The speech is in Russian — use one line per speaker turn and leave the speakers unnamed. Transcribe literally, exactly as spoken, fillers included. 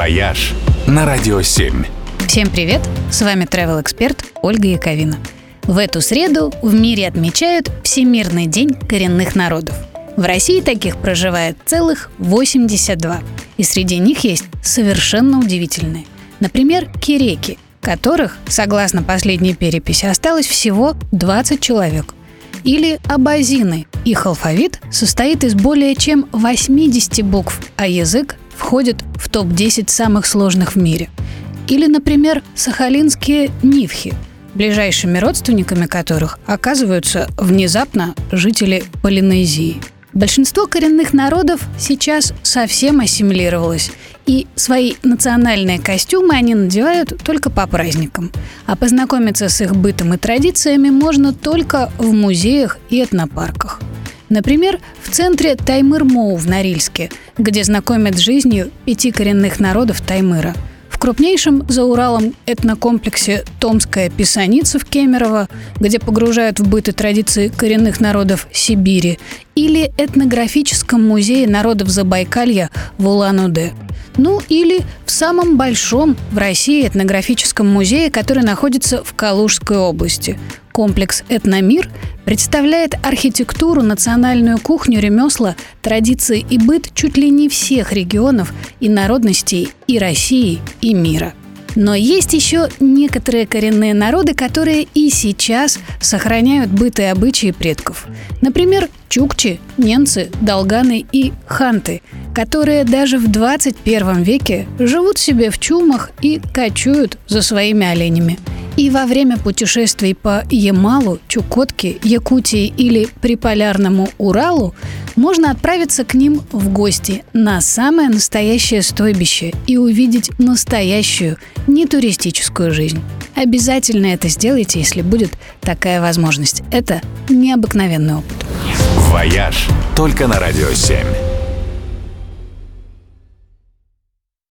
«Вояж» на Радио семь.
Всем привет! С вами travel-эксперт Ольга Яковина. В эту среду в мире отмечают Всемирный день коренных народов. В России таких проживает целых восемьдесят два. И среди них есть совершенно удивительные. Например, киреки, которых, согласно последней переписи, осталось всего двадцать человек. Или абазины. Их алфавит состоит из более чем восьмидесяти букв, а язык входит в топ десять самых сложных в мире. Или, например, сахалинские нивхи, ближайшими родственниками которых оказываются внезапно жители Полинезии. Большинство коренных народов сейчас совсем ассимилировалось, и свои национальные костюмы они надевают только по праздникам. А познакомиться с их бытом и традициями можно только в музеях и этнопарках. Например, в центре Таймыр-Моу в Норильске, где знакомят с жизнью пяти коренных народов Таймыра. В крупнейшем за Уралом этнокомплексе «Томская писаница» в Кемерово, где погружают в быт и традиции коренных народов Сибири, или этнографическом музее народов Забайкалья в Улан-Удэ. Ну или в самом большом в России этнографическом музее, который находится в Калужской области. Комплекс «Этномир» представляет архитектуру, национальную кухню, ремесла, традиции и быт чуть ли не всех регионов и народностей и России, и мира. Но есть еще некоторые коренные народы, которые и сейчас сохраняют быт и обычаи предков. Например, чукчи, ненцы, долганы и ханты, которые даже в двадцать первом веке живут себе в чумах и кочуют за своими оленями. И во время путешествий по Ямалу, Чукотке, Якутии или Приполярному Уралу можно отправиться к ним в гости на самое настоящее стойбище и увидеть настоящую, нетуристическую жизнь. Обязательно это сделайте, если будет такая возможность. Это необыкновенный опыт.
«Вояж» только на Радио семь.